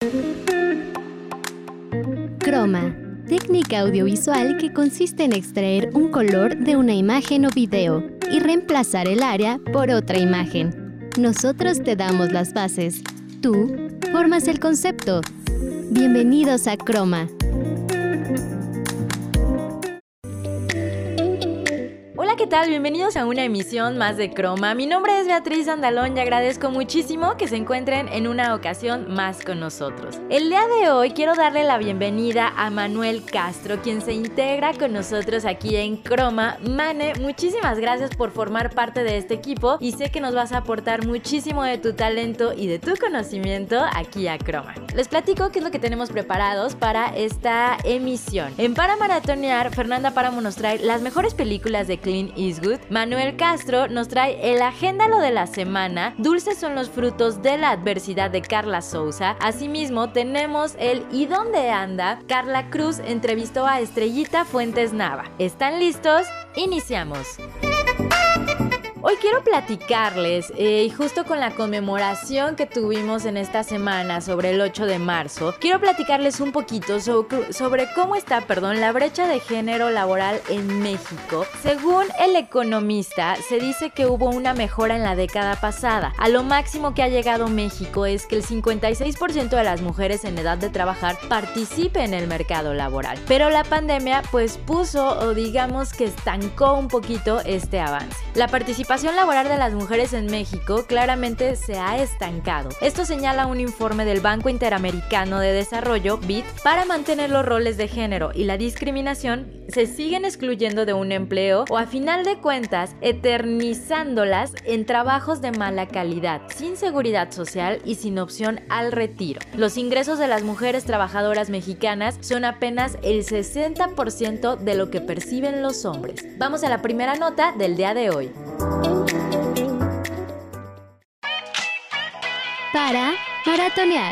Croma, técnica audiovisual que consiste en extraer un color de una imagen o video y reemplazar el área por otra imagen. Nosotros te damos las bases. Tú formas el concepto. Bienvenidos a Croma. Hola, ¿qué tal? Bienvenidos a una emisión más de Croma. Mi nombre es Beatriz Andalón y agradezco muchísimo que se encuentren en una ocasión más con nosotros. El día de hoy quiero darle la bienvenida a Manuel Castro, quien se integra con nosotros aquí en Croma. Mane, muchísimas gracias por formar parte de este equipo y sé que nos vas a aportar muchísimo de tu talento y de tu conocimiento aquí a Croma. Les platico qué es lo que tenemos preparados para esta emisión. En Para Maratonear, Fernanda Páramo nos trae las mejores películas de Clint Eastwood. Manuel Castro nos trae el agéndalo de la semana. Dulces son los frutos de la adversidad de Carla Souza. Asimismo tenemos el ¿Y dónde anda? Carla Cruz entrevistó a Estrellita Fuentes Nava. ¿Están listos? Iniciamos. Hoy quiero platicarles, y justo con la conmemoración que tuvimos en esta semana sobre el 8 de marzo, quiero platicarles un poquito sobre cómo está, la brecha de género laboral en México. Según El Economista, se dice que hubo una mejora en la década pasada. A lo máximo que ha llegado México es que el 56% de las mujeres en edad de trabajar participe en el mercado laboral. Pero la pandemia puso o digamos que estancó un poquito este avance. La participación laboral de las mujeres en México claramente se ha estancado. Esto señala un informe del Banco Interamericano de Desarrollo, BID, para mantener los roles de género y la discriminación se siguen excluyendo de un empleo o a final de cuentas eternizándolas en trabajos de mala calidad, sin seguridad social y sin opción al retiro. Los ingresos de las mujeres trabajadoras mexicanas son apenas el 60% de lo que perciben los hombres. Vamos a la primera nota del día de hoy. Para maratonear.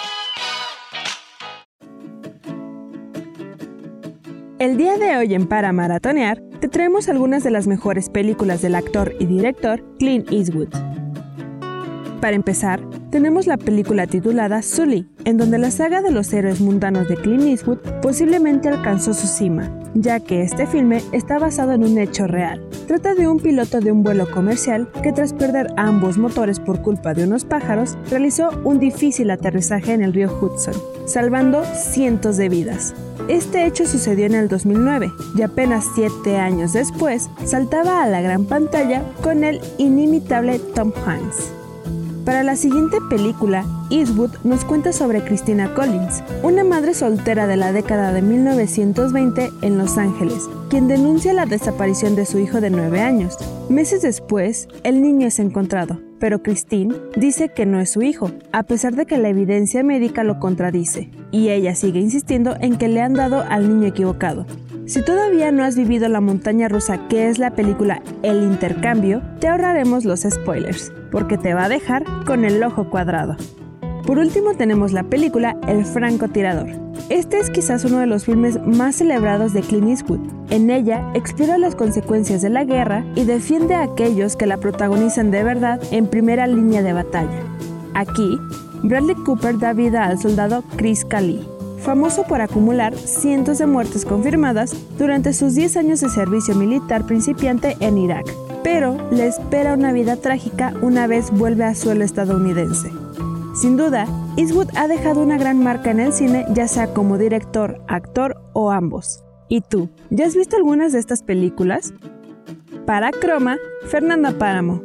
El día de hoy en Para Maratonear te traemos algunas de las mejores películas del actor y director Clint Eastwood. Para empezar, tenemos la película titulada Sully, en donde la saga de los héroes mundanos de Clint Eastwood posiblemente alcanzó su cima, ya que este filme está basado en un hecho real. Trata de un piloto de un vuelo comercial que tras perder ambos motores por culpa de unos pájaros, realizó un difícil aterrizaje en el río Hudson, salvando cientos de vidas. Este hecho sucedió en el 2009 y apenas 7 años después saltaba a la gran pantalla con el inimitable Tom Hanks. Para la siguiente película, Eastwood nos cuenta sobre Christina Collins, una madre soltera de la década de 1920 en Los Ángeles, quien denuncia la desaparición de su hijo de 9 años. Meses después, el niño es encontrado, pero Christine dice que no es su hijo, a pesar de que la evidencia médica lo contradice, y ella sigue insistiendo en que le han dado al niño equivocado. Si todavía no has vivido la montaña rusa que es la película El Intercambio, te ahorraremos los spoilers, porque te va a dejar con el ojo cuadrado. Por último tenemos la película El Francotirador. Este es quizás uno de los filmes más celebrados de Clint Eastwood. En ella explora las consecuencias de la guerra y defiende a aquellos que la protagonizan de verdad en primera línea de batalla. Aquí, Bradley Cooper da vida al soldado Chris Kali, famoso por acumular cientos de muertes confirmadas durante sus 10 años de servicio militar principiante en Irak, pero le espera una vida trágica una vez vuelve a suelo estadounidense. Sin duda, Eastwood ha dejado una gran marca en el cine, ya sea como director, actor o ambos. ¿Y tú, ya has visto algunas de estas películas? Para Croma, Fernanda Páramo.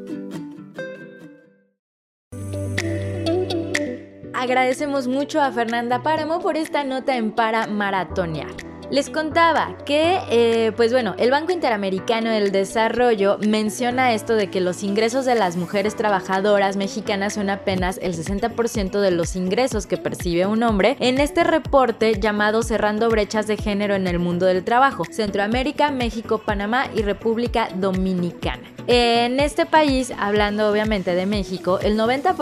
Agradecemos mucho a Fernanda Páramo por esta nota en Para Maratonear. Les contaba que, el Banco Interamericano del Desarrollo menciona esto de que los ingresos de las mujeres trabajadoras mexicanas son apenas el 60% de los ingresos que percibe un hombre en este reporte llamado Cerrando Brechas de Género en el Mundo del Trabajo, Centroamérica, México, Panamá y República Dominicana. En este país, hablando obviamente de México, el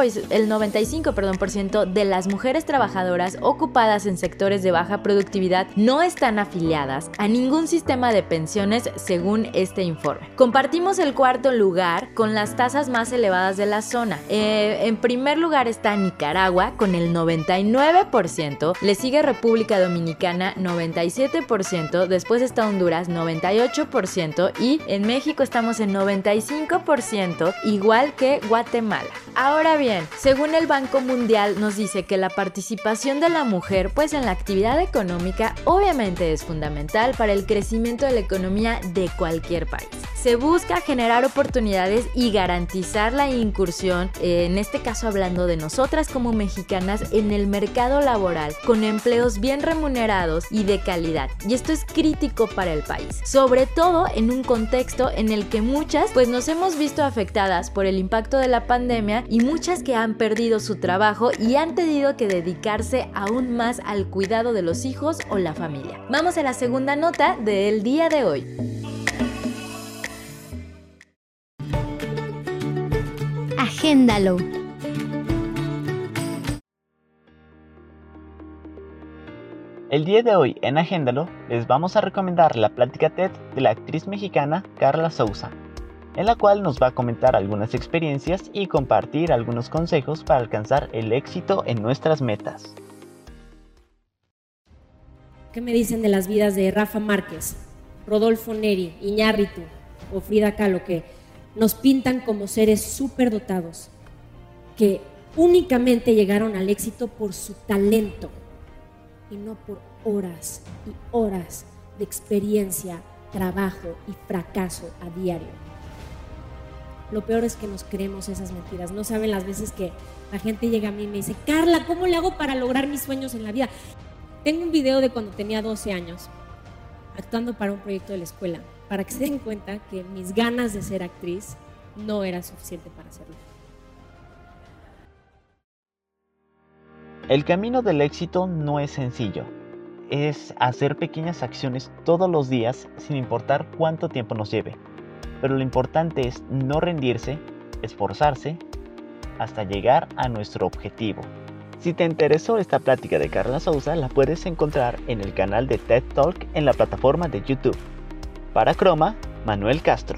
95% de las mujeres trabajadoras ocupadas en sectores de baja productividad no están afiliadas a ningún sistema de pensiones según este informe. Compartimos el cuarto lugar con las tasas más elevadas de la zona. En primer lugar está Nicaragua con el 99%, le sigue República Dominicana 97%, después está Honduras 98% y en México estamos en 95%, igual que Guatemala. Ahora bien, según el Banco Mundial nos dice que la participación de la mujer pues en la actividad económica obviamente es fundamental para el crecimiento de la economía de cualquier país. Se busca generar oportunidades y garantizar la incursión, en este caso hablando de nosotras como mexicanas, en el mercado laboral con empleos bien remunerados y de calidad. Y esto es crítico para el país, sobre todo en un contexto en el que muchas pues nos hemos visto afectadas por el impacto de la pandemia y muchas que han perdido su trabajo y han tenido que dedicarse aún más al cuidado de los hijos o la familia. Vamos a la segunda nota del día de hoy. Agéndalo. El día de hoy en Agéndalo les vamos a recomendar la plática TED de la actriz mexicana Carla Souza, en la cual nos va a comentar algunas experiencias y compartir algunos consejos para alcanzar el éxito en nuestras metas. ¿Qué me dicen de las vidas de Rafa Márquez, Rodolfo Neri, Iñárritu o Frida Kahlo, que nos pintan como seres superdotados, que únicamente llegaron al éxito por su talento y no por horas y horas de experiencia, trabajo y fracaso a diario? Lo peor es que nos creemos esas mentiras. No saben las veces que la gente llega a mí y me dice: Carla, ¿cómo le hago para lograr mis sueños en la vida? Tengo un video de cuando tenía 12 años, actuando para un proyecto de la escuela, para que se den cuenta que mis ganas de ser actriz no era suficiente para hacerlo. El camino del éxito no es sencillo. Es hacer pequeñas acciones todos los días sin importar cuánto tiempo nos lleve. Pero lo importante es no rendirse, esforzarse hasta llegar a nuestro objetivo. Si te interesó esta plática de Carla Souza, la puedes encontrar en el canal de TED Talk en la plataforma de YouTube. Para Croma, Manuel Castro.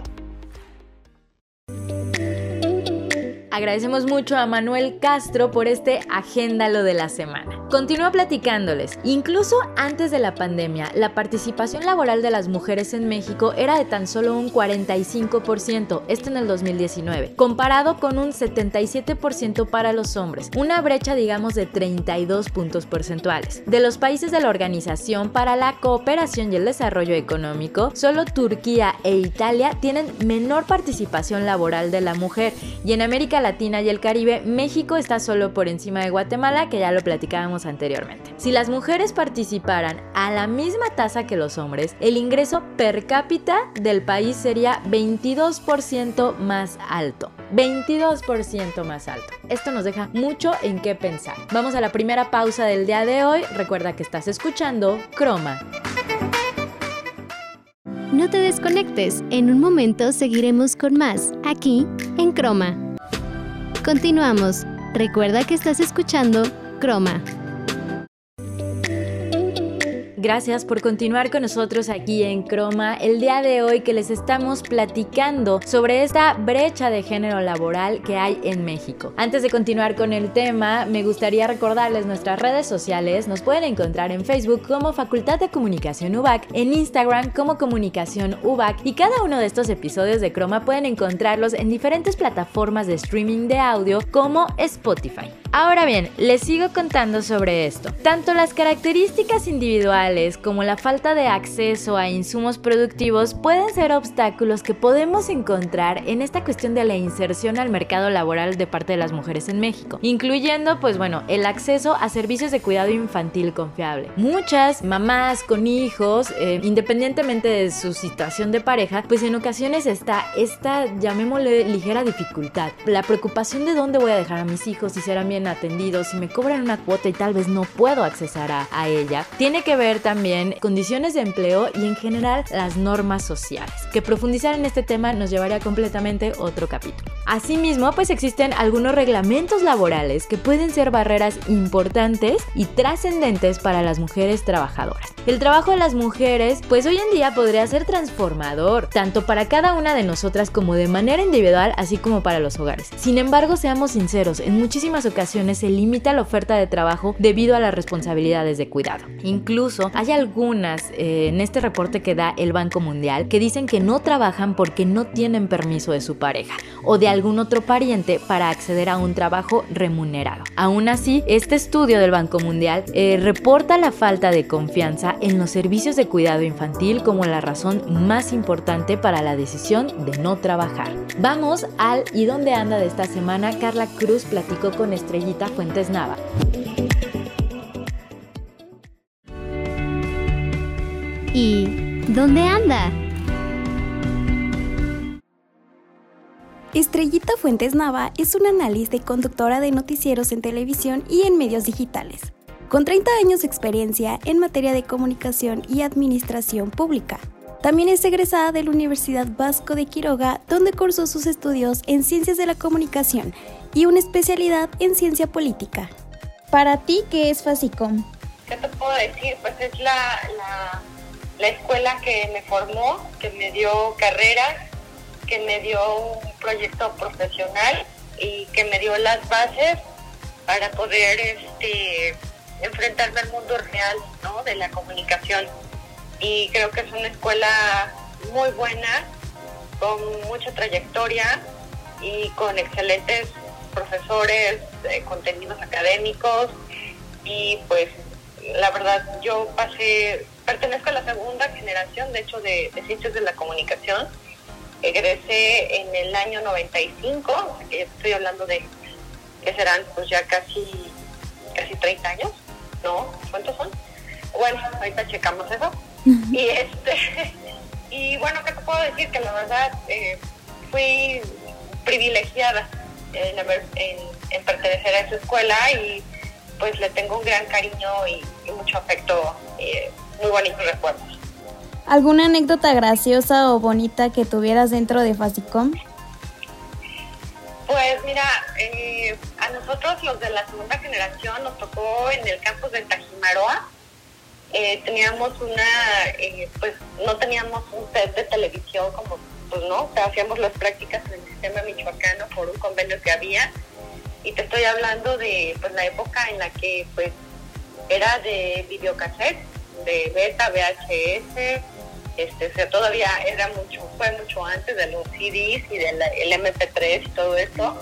Agradecemos mucho a Manuel Castro por este Agéndalo de la semana. Continúo platicándoles. Incluso antes de la pandemia, la participación laboral de las mujeres en México era de tan solo un 45%, esto en el 2019, comparado con un 77% para los hombres, una brecha digamos de 32 puntos porcentuales. De los países de la Organización para la Cooperación y el Desarrollo Económico, solo Turquía e Italia tienen menor participación laboral de la mujer, y en América Latina y el Caribe, México está solo por encima de Guatemala, que ya lo platicábamos anteriormente. Si las mujeres participaran a la misma tasa que los hombres, el ingreso per cápita del país sería 22% más alto. 22% más alto. Esto nos deja mucho en qué pensar. Vamos a la primera pausa del día de hoy. Recuerda que estás escuchando Croma. No te desconectes, en un momento seguiremos con más, aquí en Croma. Continuamos. Recuerda que estás escuchando Croma. Gracias por continuar con nosotros aquí en Croma. El día de hoy que les estamos platicando sobre esta brecha de género laboral que hay en México. Antes de continuar con el tema, me gustaría recordarles nuestras redes sociales. Nos pueden encontrar en Facebook como Facultad de Comunicación UBAC, en Instagram como Comunicación UBAC, y cada uno de estos episodios de Croma pueden encontrarlos en diferentes plataformas de streaming de audio como Spotify. Ahora bien, les sigo contando sobre esto. Tanto las características individuales como la falta de acceso a insumos productivos pueden ser obstáculos que podemos encontrar en esta cuestión de la inserción al mercado laboral de parte de las mujeres en México, incluyendo, el acceso a servicios de cuidado infantil confiable. Muchas mamás con hijos, independientemente de su situación de pareja, pues en ocasiones está esta, llamémosle, ligera dificultad. La preocupación de dónde voy a dejar a mis hijos, si serán bien bien atendidos, si me cobran una cuota y tal vez no puedo accesar a ella. Tiene que ver también condiciones de empleo y en general las normas sociales, que profundizar en este tema nos llevaría completamente otro capítulo. Asimismo, pues existen algunos reglamentos laborales que pueden ser barreras importantes y trascendentes para las mujeres trabajadoras. El trabajo de las mujeres, pues hoy en día podría ser transformador, tanto para cada una de nosotras como de manera individual, así como para los hogares. Sin embargo, seamos sinceros, en muchísimas ocasiones se limita la oferta de trabajo debido a las responsabilidades de cuidado. Incluso hay algunas en este reporte que da el Banco Mundial que dicen que no trabajan porque no tienen permiso de su pareja o de algún otro pariente para acceder a un trabajo remunerado. Aún así, este estudio del Banco Mundial reporta la falta de confianza en los servicios de cuidado infantil como la razón más importante para la decisión de no trabajar. Vamos al ¿y dónde anda? De esta semana. Carla Cruz platicó con Estrellita Fuentes Nava. ¿Y dónde anda? Estrellita Fuentes Nava es una analista y conductora de noticieros en televisión y en medios digitales, con 30 años de experiencia en materia de comunicación y administración pública. También es egresada de la Universidad Vasco de Quiroga, donde cursó sus estudios en Ciencias de la Comunicación y una especialidad en Ciencia Política. Para ti, ¿qué es Fasicom? ¿Qué te puedo decir? Pues es la escuela que me formó, que me dio carrera, que me dio un proyecto profesional y que me dio las bases para poder enfrentarme al mundo real, ¿no?, de la comunicación. Y creo que es una escuela muy buena, con mucha trayectoria y con excelentes profesores, contenidos académicos. Y pues la verdad yo pertenezco a la segunda generación, de hecho, de Ciencias de la Comunicación. Egresé en el año 95, o sea que estoy hablando de que serán pues ya casi 30 años, ¿no? ¿Cuántos son? Bueno, ahorita checamos eso. Y bueno, ¿qué te puedo decir? Que la verdad fui privilegiada en pertenecer a esa escuela y pues le tengo un gran cariño y mucho afecto, muy bonitos recuerdos. ¿Alguna anécdota graciosa o bonita que tuvieras dentro de Fasicom? Pues mira, a nosotros los de la segunda generación nos tocó en el campus de Tajimaroa. Teníamos pues no teníamos un set de televisión como, pues no, o sea, hacíamos las prácticas en el sistema michoacano por un convenio que había. Y te estoy hablando de pues la época en la que pues era de videocassette, de beta, VHS, o sea, todavía fue mucho antes de los CDs y del MP3 y todo eso.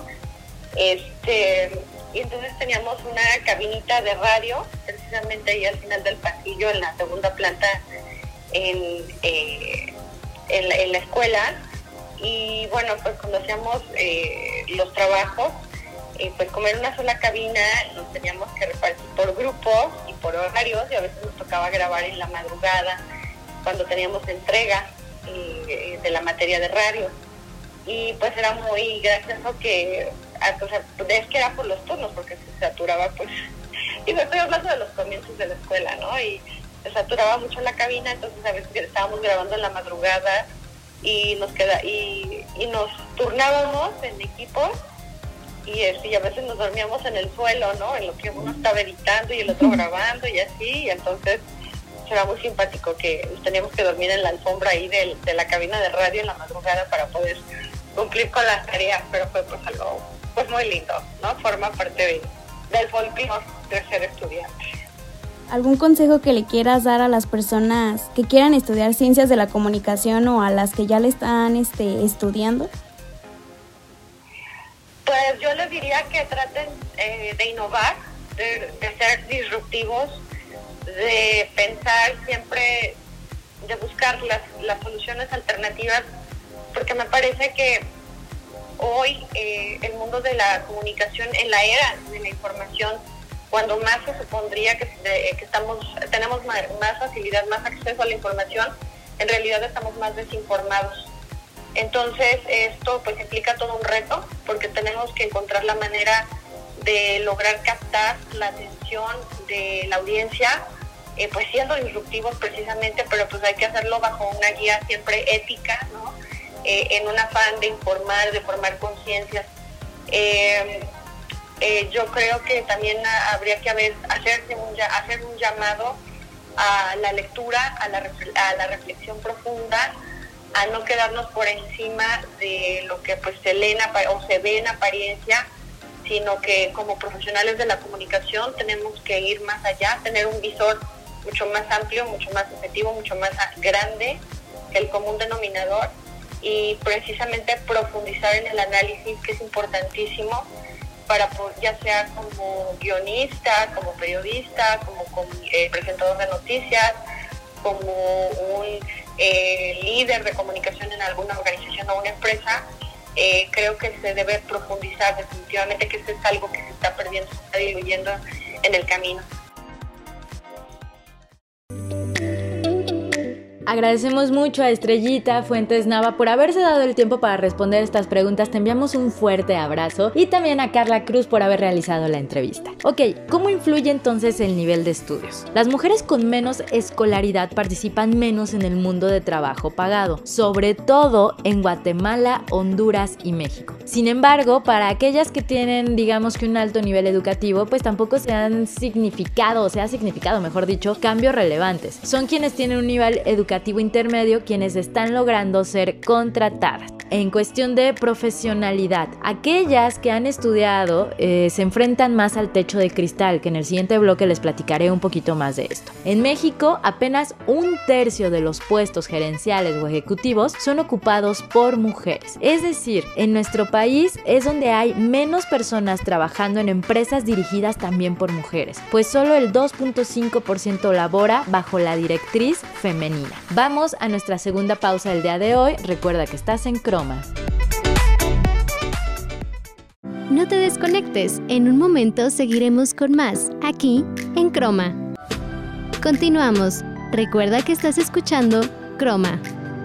Y entonces teníamos una cabinita de radio, precisamente ahí al final del pasillo, en la segunda planta, en la escuela. Y bueno, pues cuando hacíamos los trabajos, pues como era una sola cabina, nos teníamos que repartir por grupos y por horarios, y a veces nos tocaba grabar en la madrugada, cuando teníamos entrega de la materia de radio. Y pues era muy gracioso que, o sea, es que era por los turnos, porque se saturaba, pues, y me estoy hablando de los comienzos de la escuela, ¿no? Y se saturaba mucho la cabina, entonces a veces estábamos grabando en la madrugada y nos turnábamos en equipos y a veces nos dormíamos en el suelo, ¿no? En lo que uno estaba editando y el otro grabando y así, y entonces era muy simpático que nos teníamos que dormir en la alfombra ahí de la cabina de radio en la madrugada para poder cumplir con las tareas, pero fue pues algo pues muy lindo, ¿no? Forma parte del folclore de ser estudiante. ¿Algún consejo que le quieras dar a las personas que quieran estudiar Ciencias de la Comunicación o a las que ya le están estudiando? Pues yo les diría que traten de innovar, de ser disruptivos, de pensar siempre, de buscar las soluciones alternativas, porque me parece que hoy el mundo de la comunicación, en la era de la información, cuando más se supondría que tenemos más facilidad, más acceso a la información, en realidad estamos más desinformados. Entonces esto pues implica todo un reto, porque tenemos que encontrar la manera de lograr captar la atención de la audiencia, pues siendo disruptivos precisamente, pero pues hay que hacerlo bajo una guía siempre ética, ¿no? En un afán de informar, de formar conciencias. Yo creo que también habría que hacer un llamado a la lectura, a la reflexión profunda, a no quedarnos por encima de lo que pues se lee o se ve en apariencia, sino que como profesionales de la comunicación tenemos que ir más allá, tener un visor mucho más amplio, mucho más objetivo, mucho más grande que el común denominador, y precisamente profundizar en el análisis, que es importantísimo para, ya sea como guionista, como periodista, como presentador de noticias, como un líder de comunicación en alguna organización o una empresa. Creo que se debe profundizar definitivamente, que esto es algo que se está perdiendo, se está diluyendo en el camino. Agradecemos mucho a Estrellita Fuentes Nava por haberse dado el tiempo para responder estas preguntas. Te enviamos un fuerte abrazo, y también a Carla Cruz por haber realizado la entrevista. Ok, ¿cómo influye entonces el nivel de estudios? Las mujeres con menos escolaridad participan menos en el mundo de trabajo pagado, sobre todo en Guatemala, Honduras y México. Sin embargo, para aquellas que tienen, digamos que un alto nivel educativo, pues tampoco se ha significado, mejor dicho, cambios relevantes. Son quienes tienen un nivel educativo intermedio quienes están logrando ser contratadas. En cuestión de profesionalidad, aquellas que han estudiado se enfrentan más al techo de cristal, que en el siguiente bloque les platicaré un poquito más de esto. En México, apenas 1/3 de los puestos gerenciales o ejecutivos son ocupados por mujeres. Es decir, en nuestro país es donde hay menos personas trabajando en empresas dirigidas también por mujeres, pues solo el 2.5% labora bajo la directriz femenina. Vamos a nuestra segunda pausa del día de hoy. Recuerda que estás en Croma. No te desconectes, en un momento seguiremos con más, aquí en Croma. Continuamos. Recuerda que estás escuchando Croma.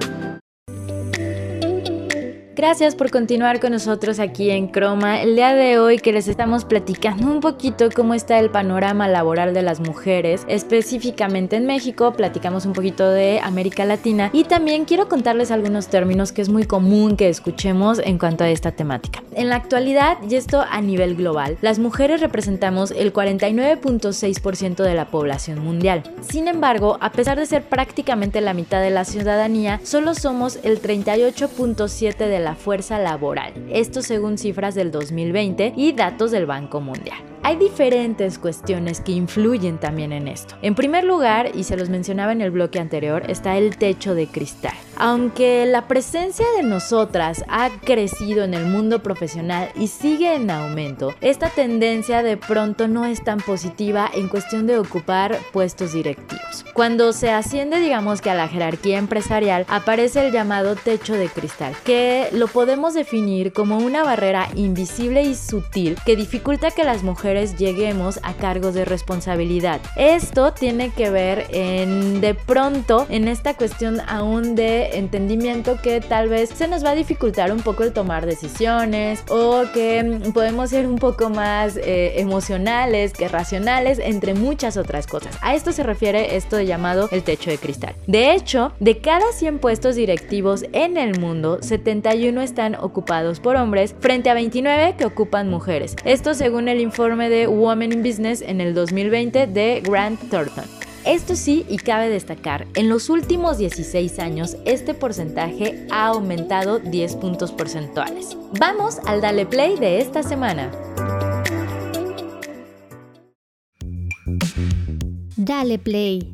Gracias por continuar con nosotros aquí en Croma. El día de hoy que les estamos platicando un poquito cómo está el panorama laboral de las mujeres, específicamente en México, platicamos un poquito de América Latina, y también quiero contarles algunos términos que es muy común que escuchemos en cuanto a esta temática. En la actualidad, y esto a nivel global, las mujeres representamos el 49.6% de la población mundial. Sin embargo, a pesar de ser prácticamente la mitad de la ciudadanía, solo somos el 38.7% de la fuerza laboral, esto según cifras del 2020 y datos del Banco Mundial. Hay diferentes cuestiones que influyen también en esto. En primer lugar, y se los mencionaba en el bloque anterior, está el techo de cristal. Aunque la presencia de nosotras ha crecido en el mundo profesional y sigue en aumento, esta tendencia de pronto no es tan positiva en cuestión de ocupar puestos directivos. Cuando se asciende, digamos que a la jerarquía empresarial, aparece el llamado techo de cristal, que lo podemos definir como una barrera invisible y sutil que dificulta que las mujeres lleguemos a cargos de responsabilidad. Esto tiene que ver de pronto en esta cuestión aún de entendimiento, que tal vez se nos va a dificultar un poco el tomar decisiones, o que podemos ser un poco más emocionales que racionales, entre muchas otras cosas. A esto se refiere esto de llamado el techo de cristal. De hecho, de cada 100 puestos directivos en el mundo, 71 están ocupados por hombres frente a 29 que ocupan mujeres. Esto según el informe de Women in Business en el 2020 de Grant Thornton. Esto sí, y cabe destacar, en los últimos 16 años este porcentaje ha aumentado 10 puntos porcentuales. Vamos al Dale Play de esta semana. Dale Play.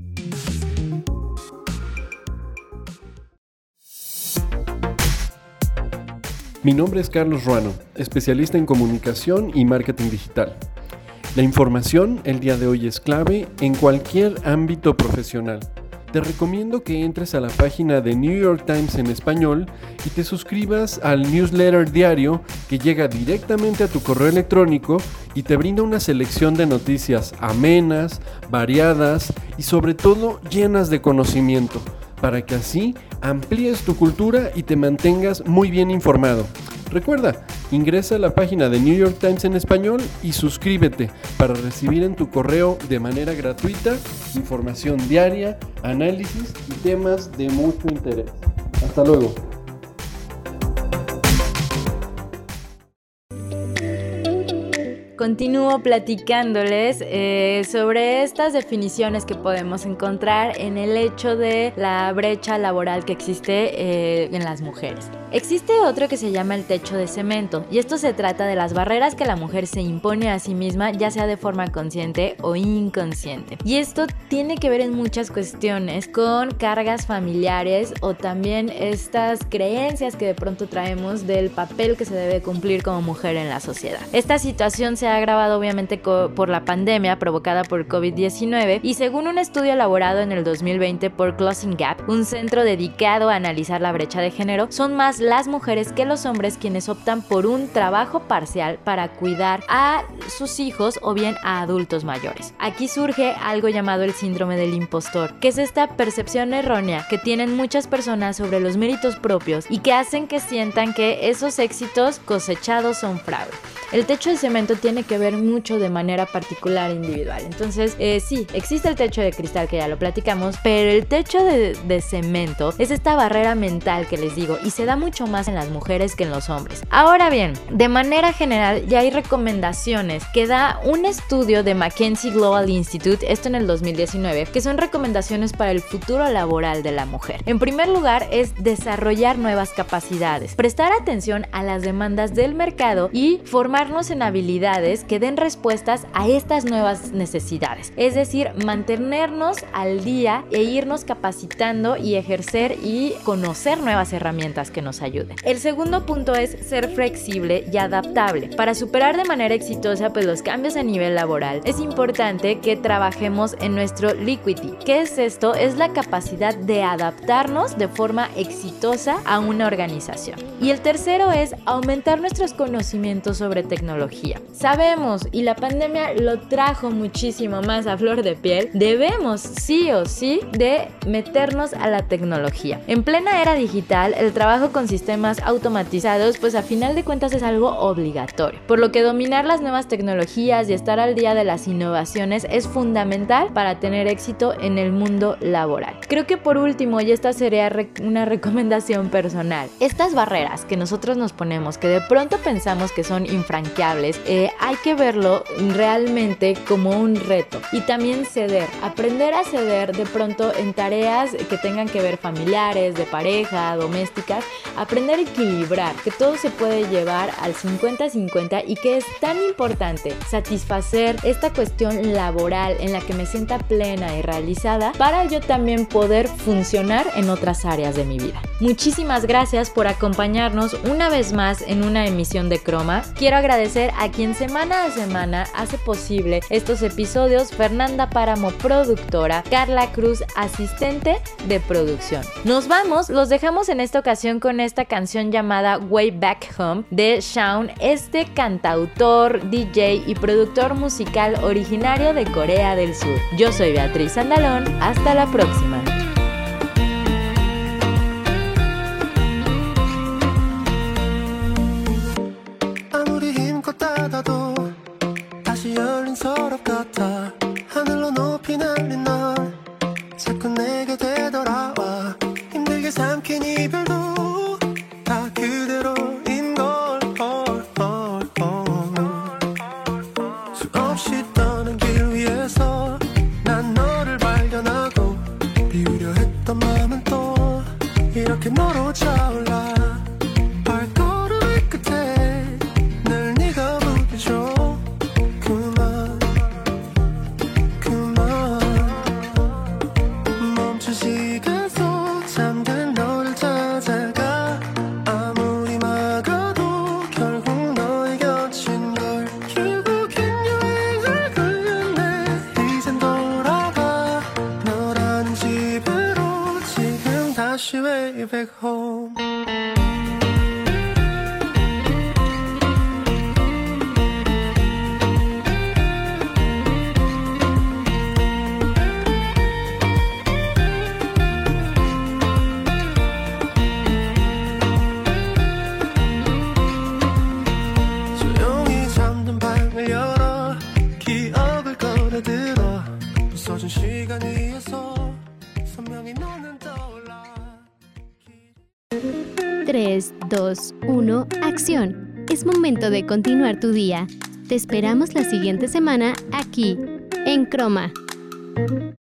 Mi nombre es Carlos Ruano, especialista en comunicación y marketing digital. La información el día de hoy es clave en cualquier ámbito profesional. Te recomiendo que entres a la página de New York Times en español y te suscribas al newsletter diario que llega directamente a tu correo electrónico y te brinda una selección de noticias amenas, variadas y sobre todo llenas de conocimiento, para que así amplíes tu cultura y te mantengas muy bien informado. Recuerda, Ingresa a la página de New York Times en español y suscríbete para recibir en tu correo de manera gratuita información diaria, análisis y temas de mucho interés. Hasta luego. Continúo platicándoles sobre estas definiciones que podemos encontrar en el hecho de la brecha laboral que existe en las mujeres. Existe otro que se llama el techo de cemento, y esto se trata de las barreras que la mujer se impone a sí misma, ya sea de forma consciente o inconsciente. Y esto tiene que ver en muchas cuestiones con cargas familiares o también estas creencias que de pronto traemos del papel que se debe cumplir como mujer en la sociedad. Esta situación se ha agravado obviamente por la pandemia provocada por COVID-19, y según un estudio elaborado en el 2020 por Closing Gap, un centro dedicado a analizar la brecha de género, son más las mujeres que los hombres quienes optan por un trabajo parcial para cuidar a sus hijos o bien a adultos mayores. Aquí surge algo llamado el síndrome del impostor, que es esta percepción errónea que tienen muchas personas sobre los méritos propios y que hacen que sientan que esos éxitos cosechados son fraude. El techo de cemento tiene que ver mucho de manera particular e individual. Entonces, sí, existe el techo de cristal que ya lo platicamos, pero el techo de cemento es esta barrera mental que les digo, y se da mucho más en las mujeres que en los hombres. Ahora bien, de manera general ya hay recomendaciones que da un estudio de McKinsey Global Institute, esto en el 2019, que son recomendaciones para el futuro laboral de la mujer. En primer lugar es desarrollar nuevas capacidades, prestar atención a las demandas del mercado y formarnos en habilidades que den respuestas a estas nuevas necesidades. Es decir, mantenernos al día e irnos capacitando y ejercer y conocer nuevas herramientas que nos ayuden. El segundo punto es ser flexible y adaptable. Para superar de manera exitosa los cambios a nivel laboral, es importante que trabajemos en nuestro liquidity. ¿Qué es esto? Es la capacidad de adaptarnos de forma exitosa a una organización. Y el tercero es aumentar nuestros conocimientos sobre tecnología. Sabemos, y la pandemia lo trajo muchísimo más a flor de piel, debemos sí o sí de meternos a la tecnología. En plena era digital, el trabajo con sistemas automatizados, a final de cuentas es algo obligatorio, por lo que dominar las nuevas tecnologías y estar al día de las innovaciones es fundamental para tener éxito en el mundo laboral. Creo que por último, y esta sería una recomendación personal, estas barreras que nosotros nos ponemos, que de pronto pensamos que son infranqueables, hay que verlo realmente como un reto y también ceder, aprender a ceder de pronto en tareas que tengan que ver familiares, de pareja, domésticas, aprender a equilibrar, que todo se puede llevar al 50-50 y que es tan importante satisfacer esta cuestión laboral en la que me sienta plena y realizada para yo también poder funcionar en otras áreas de mi vida. Muchísimas gracias por acompañarnos una vez más en una emisión de Croma. Quiero agradecer a quien semana a semana hace posible estos episodios: Fernanda Páramo, productora; Carla Cruz, asistente de producción. Nos vamos, los dejamos en esta ocasión con esta canción llamada Way Back Home de Shawn, este cantautor, DJ y productor musical originario de Corea del Sur. Yo soy Beatriz Andalón, hasta la próxima. Way back home. 3, 2, 1, acción. Es momento de continuar tu día. Te esperamos la siguiente semana aquí, en Croma.